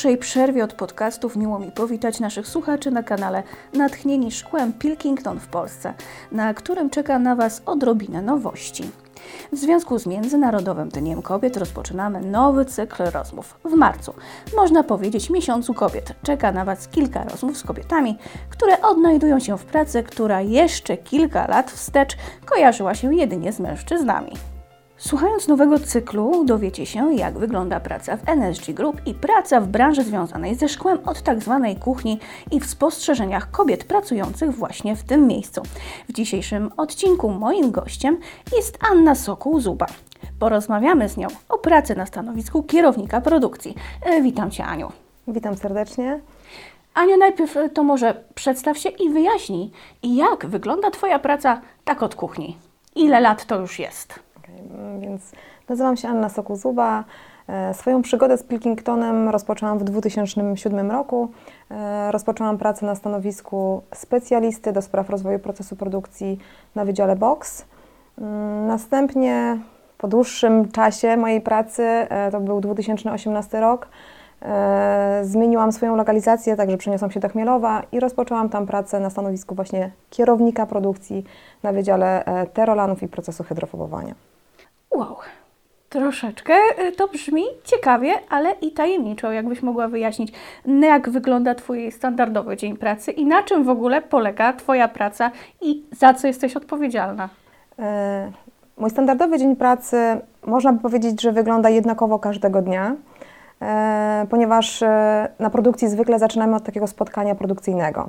dłuższej przerwie od podcastów miło mi powitać naszych słuchaczy na kanale Natchnieni Szkłem Pilkington w Polsce, na którym czeka na Was odrobinę nowości. W związku z Międzynarodowym Dniem Kobiet rozpoczynamy nowy cykl rozmów. W marcu, można powiedzieć miesiącu kobiet, czeka na Was kilka rozmów z kobietami, które odnajdują się w pracy, która jeszcze kilka lat wstecz kojarzyła się jedynie z mężczyznami. Słuchając nowego cyklu dowiecie się, jak wygląda praca w NSG Group i praca w branży związanej ze szkłem od tzw. kuchni i w spostrzeżeniach kobiet pracujących właśnie w tym miejscu. W dzisiejszym odcinku moim gościem jest Anna Sokół-Zuba. Porozmawiamy z nią o pracy na stanowisku kierownika produkcji. Witam Cię, Aniu. Witam serdecznie. Aniu, najpierw to może przedstaw się i wyjaśnij, jak wygląda Twoja praca tak od kuchni. Ile lat to już jest? Więc nazywam się Anna Sokół-Zuba. Swoją przygodę z Pilkingtonem rozpoczęłam w 2007 roku. Rozpoczęłam pracę na stanowisku specjalisty do spraw rozwoju procesu produkcji na Wydziale Box. Następnie po dłuższym czasie mojej pracy, to był 2018 rok, zmieniłam swoją lokalizację, także przeniosłam się do Chmielowa i rozpoczęłam tam pracę na stanowisku właśnie kierownika produkcji na Wydziale Terolanów i procesu hydrofobowania. Wow, troszeczkę to brzmi ciekawie, ale i tajemniczo. Jakbyś mogła wyjaśnić, jak wygląda Twój standardowy dzień pracy i na czym w ogóle polega Twoja praca i za co jesteś odpowiedzialna? Mój standardowy dzień pracy można by powiedzieć, że wygląda jednakowo każdego dnia, ponieważ na produkcji zwykle zaczynamy od takiego spotkania produkcyjnego.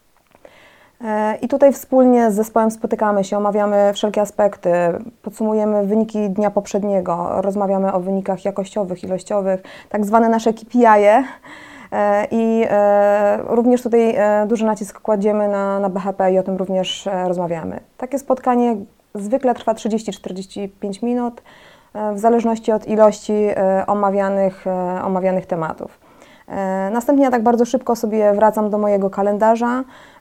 I tutaj wspólnie z zespołem spotykamy się, omawiamy wszelkie aspekty, podsumujemy wyniki dnia poprzedniego, rozmawiamy o wynikach jakościowych, ilościowych, tak zwane nasze KPI-e i również tutaj duży nacisk kładziemy na BHP i o tym również rozmawiamy. Takie spotkanie zwykle trwa 30-45 minut, w zależności od ilości omawianych tematów. Następnie ja tak bardzo szybko sobie wracam do mojego kalendarza,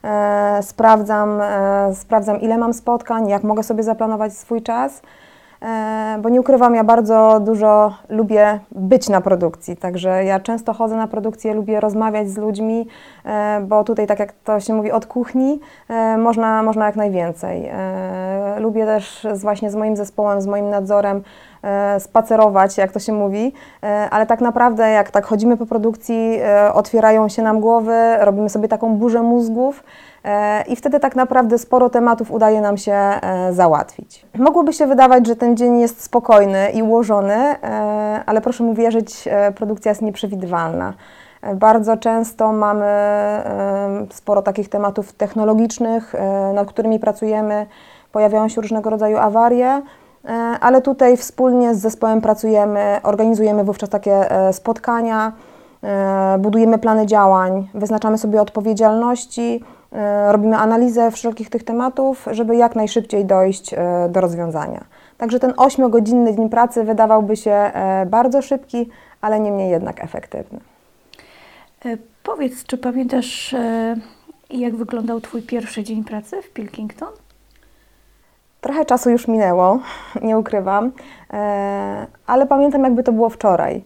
sprawdzam ile mam spotkań, jak mogę sobie zaplanować swój czas, bo nie ukrywam, ja bardzo dużo lubię być na produkcji, także ja często chodzę na produkcję, lubię rozmawiać z ludźmi, bo tutaj, tak jak to się mówi, od kuchni można jak najwięcej. Lubię też właśnie z moim zespołem, z moim nadzorem spacerować, jak to się mówi, ale tak naprawdę jak tak chodzimy po produkcji, otwierają się nam głowy, robimy sobie taką burzę mózgów i wtedy tak naprawdę sporo tematów udaje nam się załatwić. Mogłoby się wydawać, że ten dzień jest spokojny i ułożony, ale proszę mi wierzyć, produkcja jest nieprzewidywalna. Bardzo często mamy sporo takich tematów technologicznych, nad którymi pracujemy, pojawiają się różnego rodzaju awarie, ale tutaj wspólnie z zespołem pracujemy, organizujemy wówczas takie spotkania, budujemy plany działań, wyznaczamy sobie odpowiedzialności, robimy analizę wszelkich tych tematów, żeby jak najszybciej dojść do rozwiązania. Także ten 8-godzinny dzień pracy wydawałby się bardzo szybki, ale niemniej jednak efektywny. Powiedz, czy pamiętasz, jak wyglądał Twój pierwszy dzień pracy w Pilkington? Trochę czasu już minęło, nie ukrywam, ale pamiętam, jakby to było wczoraj.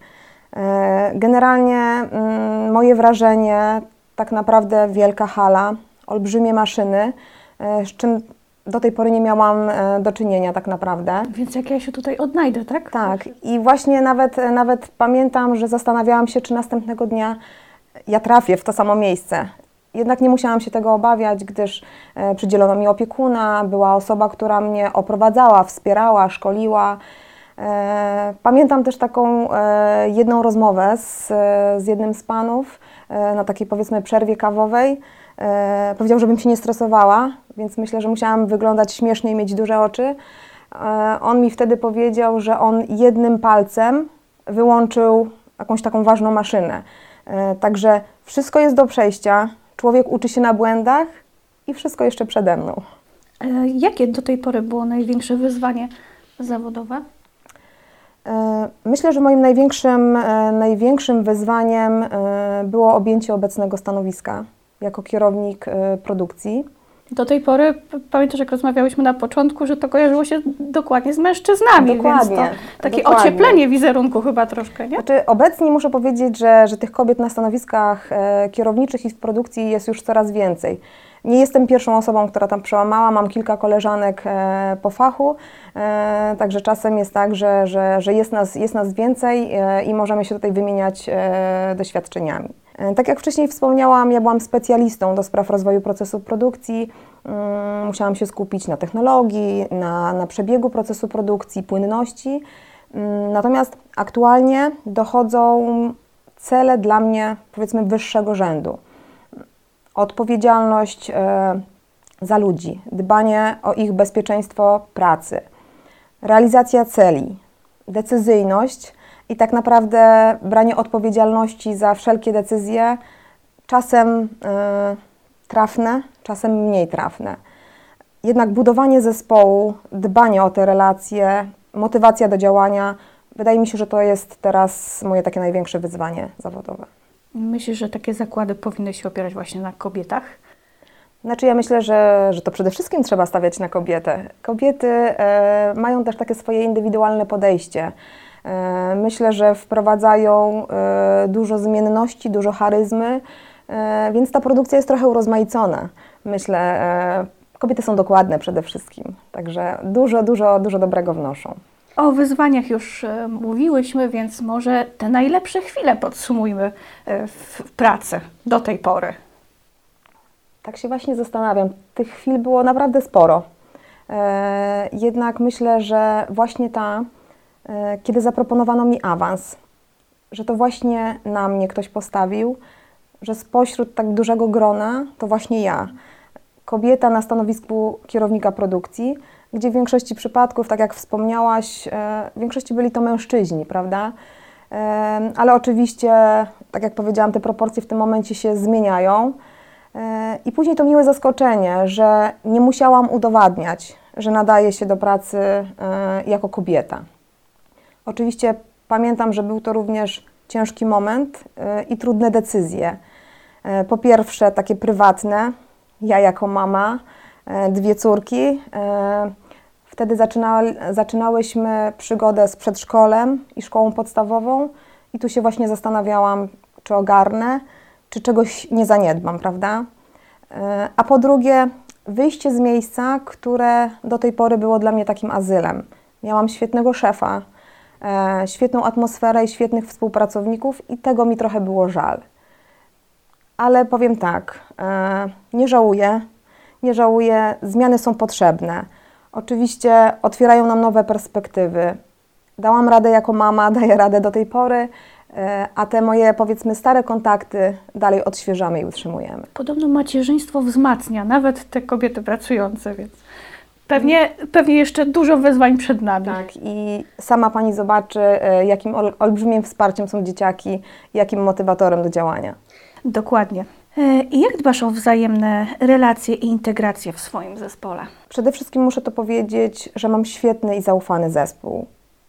Generalnie moje wrażenie, tak naprawdę wielka hala, olbrzymie maszyny, z czym do tej pory nie miałam do czynienia tak naprawdę. Więc jak ja się tutaj odnajdę, tak? Tak, i właśnie nawet pamiętam, że zastanawiałam się, czy następnego dnia ja trafię w to samo miejsce. Jednak nie musiałam się tego obawiać, gdyż przydzielono mi opiekuna, była osoba, która mnie oprowadzała, wspierała, szkoliła. Pamiętam też taką jedną rozmowę z jednym z panów na takiej, powiedzmy, przerwie kawowej. Powiedział, żebym się nie stresowała, więc myślę, że musiałam wyglądać śmiesznie i mieć duże oczy. On mi wtedy powiedział, że on jednym palcem wyłączył jakąś taką ważną maszynę. Także wszystko jest do przejścia, człowiek uczy się na błędach i wszystko jeszcze przede mną. Jakie do tej pory było największe wyzwanie zawodowe? Myślę, że moim największym wyzwaniem było objęcie obecnego stanowiska jako kierownik produkcji. Do tej pory, pamiętasz, jak rozmawiałyśmy na początku, że to kojarzyło się dokładnie z mężczyznami, Dokładnie, więc to takie dokładnie. ocieplenie wizerunku chyba troszkę, nie? Znaczy, obecnie muszę powiedzieć, że tych kobiet na stanowiskach kierowniczych i w produkcji jest już coraz więcej. Nie jestem pierwszą osobą, która tam przełamała, mam kilka koleżanek po fachu, także czasem jest tak, że jest nas więcej i możemy się tutaj wymieniać doświadczeniami. Tak jak wcześniej wspomniałam, ja byłam specjalistą do spraw rozwoju procesu produkcji. Musiałam się skupić na technologii, na przebiegu procesu produkcji, płynności. Natomiast aktualnie dochodzą cele dla mnie, powiedzmy, wyższego rzędu. Odpowiedzialność za ludzi, dbanie o ich bezpieczeństwo pracy, realizacja celi, decyzyjność i tak naprawdę branie odpowiedzialności za wszelkie decyzje, czasem trafne, czasem mniej trafne. Jednak budowanie zespołu, dbanie o te relacje, motywacja do działania, wydaje mi się, że to jest teraz moje takie największe wyzwanie zawodowe. Myślisz, że takie zakłady powinny się opierać właśnie na kobietach? Znaczy ja myślę, że to przede wszystkim trzeba stawiać na kobietę. Kobiety mają też takie swoje indywidualne podejście. Myślę, że wprowadzają dużo zmienności, dużo charyzmy, więc ta produkcja jest trochę urozmaicona. Myślę, kobiety są dokładne przede wszystkim, także dużo dobrego wnoszą. O wyzwaniach już mówiłyśmy, więc może te najlepsze chwile podsumujmy w pracy do tej pory. Tak się właśnie zastanawiam. Tych chwil było naprawdę sporo. Jednak myślę, że właśnie kiedy zaproponowano mi awans, że to właśnie na mnie ktoś postawił, że spośród tak dużego grona to właśnie ja, kobieta na stanowisku kierownika produkcji, gdzie w większości przypadków, tak jak wspomniałaś, w większości byli to mężczyźni, prawda? Ale oczywiście, tak jak powiedziałam, te proporcje w tym momencie się zmieniają. I później to miłe zaskoczenie, że nie musiałam udowadniać, że nadaję się do pracy jako kobieta. Oczywiście pamiętam, że był to również ciężki moment i trudne decyzje. Po pierwsze takie prywatne, ja jako mama, 2 córki. Wtedy zaczynałyśmy przygodę z przedszkolem i szkołą podstawową i tu się właśnie zastanawiałam, czy ogarnę, czy czegoś nie zaniedbam, prawda? A po drugie, wyjście z miejsca, które do tej pory było dla mnie takim azylem. Miałam świetnego szefa, świetną atmosferę i świetnych współpracowników i tego mi trochę było żal. Ale powiem tak, nie żałuję, zmiany są potrzebne. Oczywiście otwierają nam nowe perspektywy. Dałam radę jako mama, daję radę do tej pory, a te moje, powiedzmy, stare kontakty dalej odświeżamy i utrzymujemy. Podobno macierzyństwo wzmacnia nawet te kobiety pracujące, więc pewnie jeszcze dużo wyzwań przed nami. Tak, i sama Pani zobaczy, jakim olbrzymim wsparciem są dzieciaki, jakim motywatorem do działania. Dokładnie. I jak dbasz o wzajemne relacje i integrację w swoim zespole? Przede wszystkim muszę to powiedzieć, że mam świetny i zaufany zespół.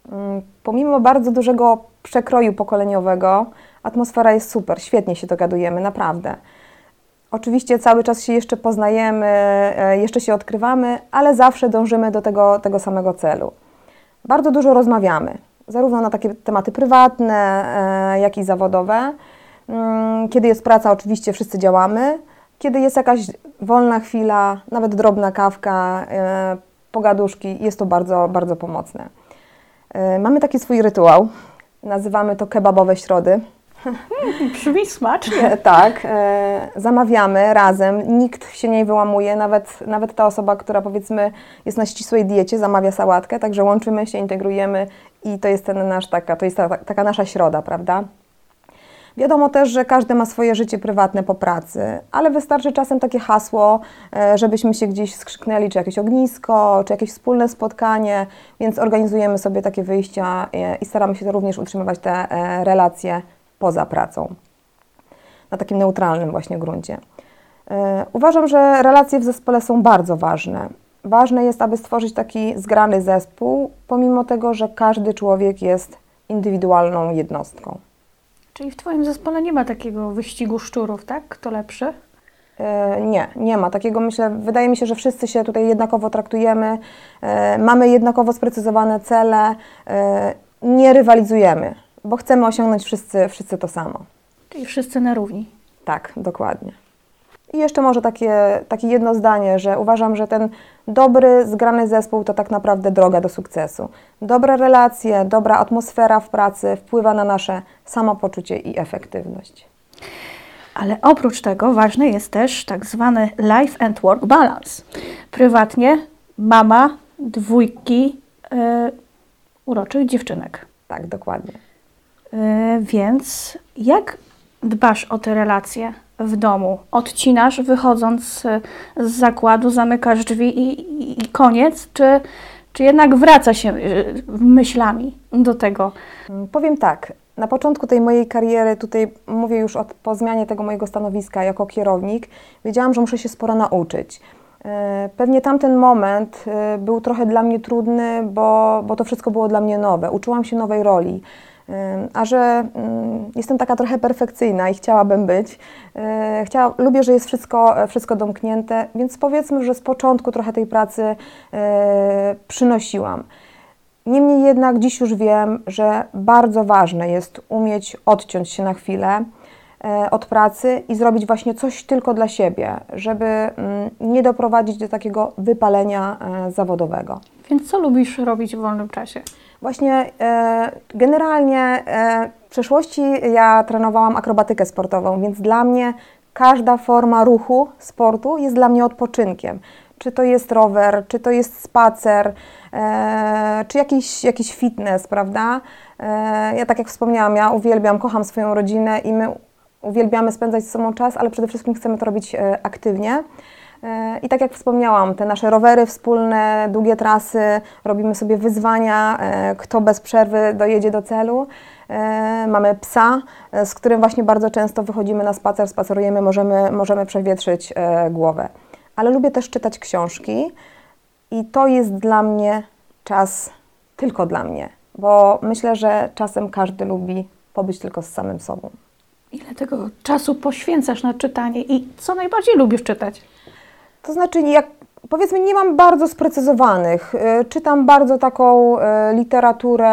Pomimo bardzo dużego przekroju pokoleniowego, atmosfera jest super, świetnie się dogadujemy, naprawdę. Oczywiście cały czas się jeszcze poznajemy, jeszcze się odkrywamy, ale zawsze dążymy do tego samego celu. Bardzo dużo rozmawiamy, zarówno na takie tematy prywatne, jak i zawodowe. Kiedy jest praca, oczywiście wszyscy działamy. Kiedy jest jakaś wolna chwila, nawet drobna kawka, pogaduszki, jest to bardzo pomocne. Mamy taki swój rytuał, nazywamy to kebabowe środy. Brzmi smacznie. Tak, zamawiamy razem, nikt się nie wyłamuje, nawet ta osoba, która powiedzmy jest na ścisłej diecie, zamawia sałatkę, także łączymy się, integrujemy i to jest taka nasza środa, prawda? Wiadomo też, że każdy ma swoje życie prywatne po pracy, ale wystarczy czasem takie hasło, żebyśmy się gdzieś skrzyknęli, czy jakieś ognisko, czy jakieś wspólne spotkanie, więc organizujemy sobie takie wyjścia i staramy się również utrzymywać te relacje poza pracą, na takim neutralnym właśnie gruncie. Uważam, że relacje w zespole są bardzo ważne. Ważne jest, aby stworzyć taki zgrany zespół, pomimo tego, że każdy człowiek jest indywidualną jednostką. Czyli w Twoim zespole nie ma takiego wyścigu szczurów, tak? Kto lepszy? Nie ma takiego, myślę, wydaje mi się, że wszyscy się tutaj jednakowo traktujemy, mamy jednakowo sprecyzowane cele, nie rywalizujemy, bo chcemy osiągnąć wszyscy to samo. Czyli wszyscy na równi. Tak, dokładnie. I jeszcze może takie jedno zdanie, że uważam, że ten dobry, zgrany zespół to tak naprawdę droga do sukcesu. Dobre relacje, dobra atmosfera w pracy wpływa na nasze samopoczucie i efektywność. Ale oprócz tego ważny jest też tak zwany life and work balance. Prywatnie mama dwójki uroczych dziewczynek. Tak, dokładnie. Więc jak dbasz o te relacje w domu? Odcinasz, wychodząc z zakładu, zamykasz drzwi i koniec? Czy jednak wraca się myślami do tego? Powiem tak, na początku tej mojej kariery, tutaj mówię już po zmianie tego mojego stanowiska jako kierownik, wiedziałam, że muszę się sporo nauczyć. Pewnie tamten moment był trochę dla mnie trudny, bo to wszystko było dla mnie nowe. Uczyłam się nowej roli. A że jestem taka trochę perfekcyjna i chciałabym być, lubię, że jest wszystko domknięte, więc powiedzmy, że z początku trochę tej pracy przynosiłam. Niemniej jednak dziś już wiem, że bardzo ważne jest umieć odciąć się na chwilę od pracy i zrobić właśnie coś tylko dla siebie, żeby nie doprowadzić do takiego wypalenia zawodowego. Więc co lubisz robić w wolnym czasie? Właśnie generalnie w przeszłości ja trenowałam akrobatykę sportową, więc dla mnie każda forma ruchu, sportu jest dla mnie odpoczynkiem. Czy to jest rower, czy to jest spacer, czy jakiś fitness, prawda? Ja tak jak wspomniałam, ja uwielbiam, kocham swoją rodzinę i my uwielbiamy spędzać z sobą czas, ale przede wszystkim chcemy to robić aktywnie. I tak jak wspomniałam, te nasze rowery wspólne, długie trasy, robimy sobie wyzwania, kto bez przerwy dojedzie do celu. Mamy psa, z którym właśnie bardzo często wychodzimy na spacer, spacerujemy, możemy przewietrzyć głowę. Ale lubię też czytać książki i to jest dla mnie czas tylko dla mnie, bo myślę, że czasem każdy lubi pobyć tylko z samym sobą. Ile tego czasu poświęcasz na czytanie i co najbardziej lubisz czytać? To znaczy, powiedzmy, nie mam bardzo sprecyzowanych. Czytam bardzo taką literaturę,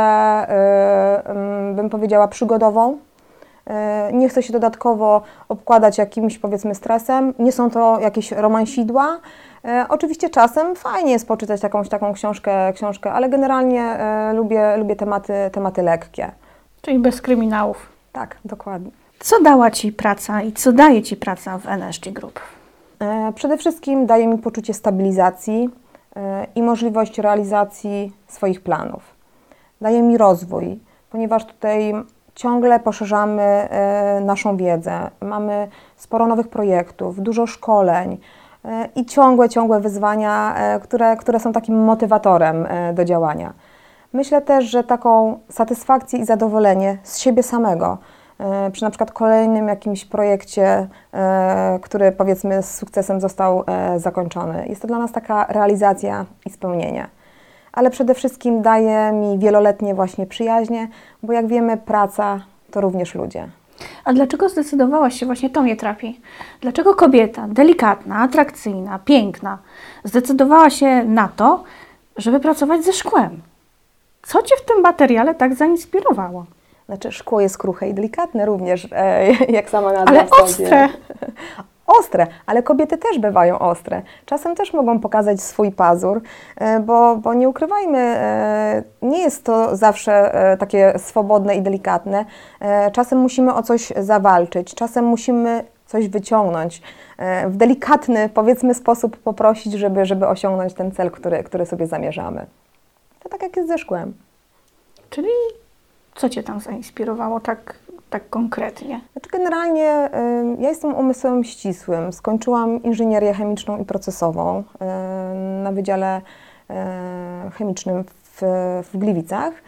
bym powiedziała, przygodową. Nie chcę się dodatkowo obkładać jakimś, powiedzmy, stresem. Nie są to jakieś romansidła. Oczywiście czasem fajnie jest poczytać jakąś taką książkę, ale generalnie lubię tematy lekkie. Czyli bez kryminałów. Tak, dokładnie. Co dała Ci praca i co daje Ci praca w NSG Group? Przede wszystkim daje mi poczucie stabilizacji i możliwość realizacji swoich planów. Daje mi rozwój, ponieważ tutaj ciągle poszerzamy naszą wiedzę, mamy sporo nowych projektów, dużo szkoleń i ciągłe wyzwania, które są takim motywatorem do działania. Myślę też, że taką satysfakcję i zadowolenie z siebie samego, przy na przykład kolejnym jakimś projekcie, który powiedzmy z sukcesem został zakończony. Jest to dla nas taka realizacja i spełnienie. Ale przede wszystkim daje mi wieloletnie właśnie przyjaźnie, bo jak wiemy, praca to również ludzie. A dlaczego zdecydowałaś się, właśnie to mnie trafi, dlaczego kobieta delikatna, atrakcyjna, piękna zdecydowała się na to, żeby pracować ze szkłem? Co Cię w tym materiale tak zainspirowało? Znaczy, szkło jest kruche i delikatne również, jak sama nazwa ale sobie. ostre! Ostre, ale kobiety też bywają ostre. Czasem też mogą pokazać swój pazur, bo nie ukrywajmy, nie jest to zawsze takie swobodne i delikatne. Czasem musimy o coś zawalczyć, czasem musimy coś wyciągnąć, w delikatny, powiedzmy, sposób poprosić, żeby osiągnąć ten cel, który sobie zamierzamy. To tak jak jest ze szkłem. Czyli co Cię tam zainspirowało tak konkretnie? Znaczy generalnie ja jestem umysłem ścisłym. Skończyłam inżynierię chemiczną i procesową na Wydziale Chemicznym w Gliwicach.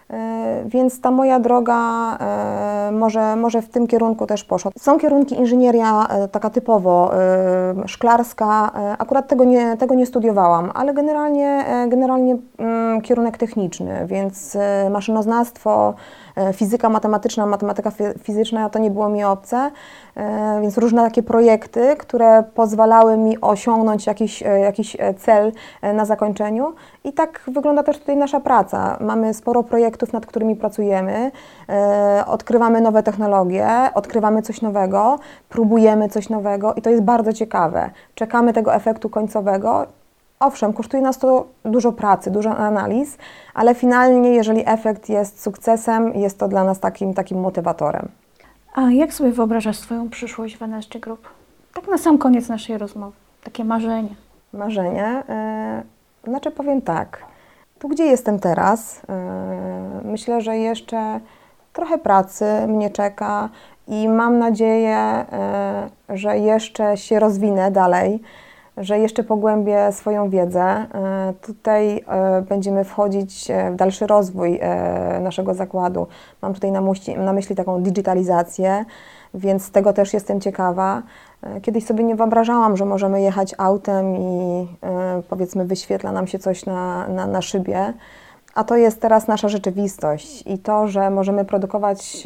Więc ta moja droga może w tym kierunku też poszła. Są kierunki inżynieria taka typowo szklarska, akurat tego nie studiowałam, ale generalnie kierunek techniczny, więc maszynoznawstwo, fizyka matematyczna, matematyka fizyczna to nie było mi obce, więc różne takie projekty, które pozwalały mi osiągnąć jakiś cel na zakończeniu i tak wygląda też tutaj nasza praca. Mamy sporo projektów, nad którymi pracujemy, odkrywamy nowe technologie, odkrywamy coś nowego, próbujemy coś nowego i to jest bardzo ciekawe. Czekamy tego efektu końcowego. Owszem, kosztuje nas to dużo pracy, dużo analiz, ale finalnie, jeżeli efekt jest sukcesem, jest to dla nas takim motywatorem. A jak sobie wyobrażasz swoją przyszłość w NSG Group? Tak na sam koniec naszej rozmowy. Takie marzenie. Marzenie? Znaczy powiem tak, tu gdzie jestem teraz, myślę, że jeszcze trochę pracy mnie czeka i mam nadzieję, że jeszcze się rozwinę dalej, że jeszcze pogłębię swoją wiedzę. Tutaj będziemy wchodzić w dalszy rozwój naszego zakładu. Mam tutaj na myśli taką digitalizację, więc tego też jestem ciekawa. Kiedyś sobie nie wyobrażałam, że możemy jechać autem i powiedzmy wyświetla nam się coś na szybie, a to jest teraz nasza rzeczywistość i to, że możemy produkować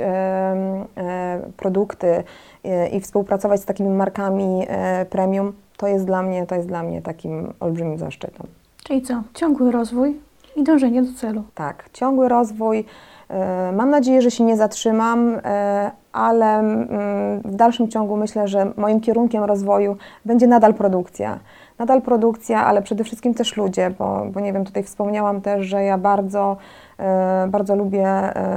produkty i współpracować z takimi markami premium, to jest dla mnie takim olbrzymim zaszczytem. Czyli co? Ciągły rozwój i dążenie do celu. Tak, ciągły rozwój. Mam nadzieję, że się nie zatrzymam, ale w dalszym ciągu myślę, że moim kierunkiem rozwoju będzie nadal produkcja. Nadal produkcja, ale przede wszystkim też ludzie, bo nie wiem, tutaj wspomniałam też, że ja bardzo lubię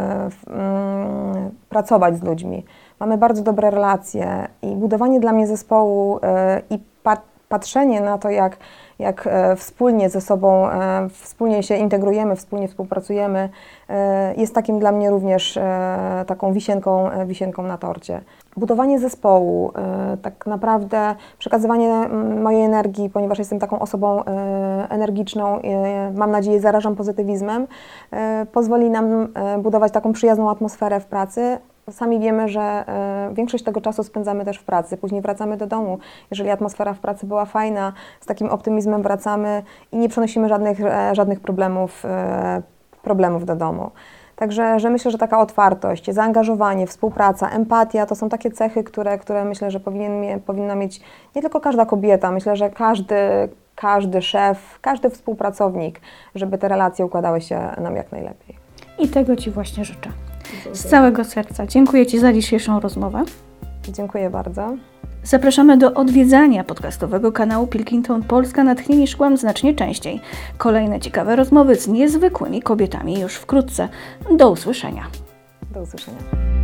pracować z ludźmi. Mamy bardzo dobre relacje i budowanie dla mnie zespołu i patrzenie na to, jak wspólnie ze sobą, wspólnie się integrujemy, wspólnie współpracujemy, jest takim dla mnie również taką wisienką na torcie. Budowanie zespołu, tak naprawdę przekazywanie mojej energii, ponieważ jestem taką osobą energiczną, mam nadzieję zarażam pozytywizmem, pozwoli nam budować taką przyjazną atmosferę w pracy. Sami wiemy, że większość tego czasu spędzamy też w pracy, później wracamy do domu. Jeżeli atmosfera w pracy była fajna, z takim optymizmem wracamy i nie przenosimy żadnych problemów do domu. Także że myślę, że taka otwartość, zaangażowanie, współpraca, empatia to są takie cechy, które myślę, że powinna mieć nie tylko każda kobieta, myślę, że każdy szef, każdy współpracownik, żeby te relacje układały się nam jak najlepiej. I tego Ci właśnie życzę. Z całego serca dziękuję Ci za dzisiejszą rozmowę. Dziękuję bardzo. Zapraszamy do odwiedzania podcastowego kanału Pilkington Polska Natchnieni Szkłem znacznie częściej. Kolejne ciekawe rozmowy z niezwykłymi kobietami już wkrótce. Do usłyszenia. Do usłyszenia.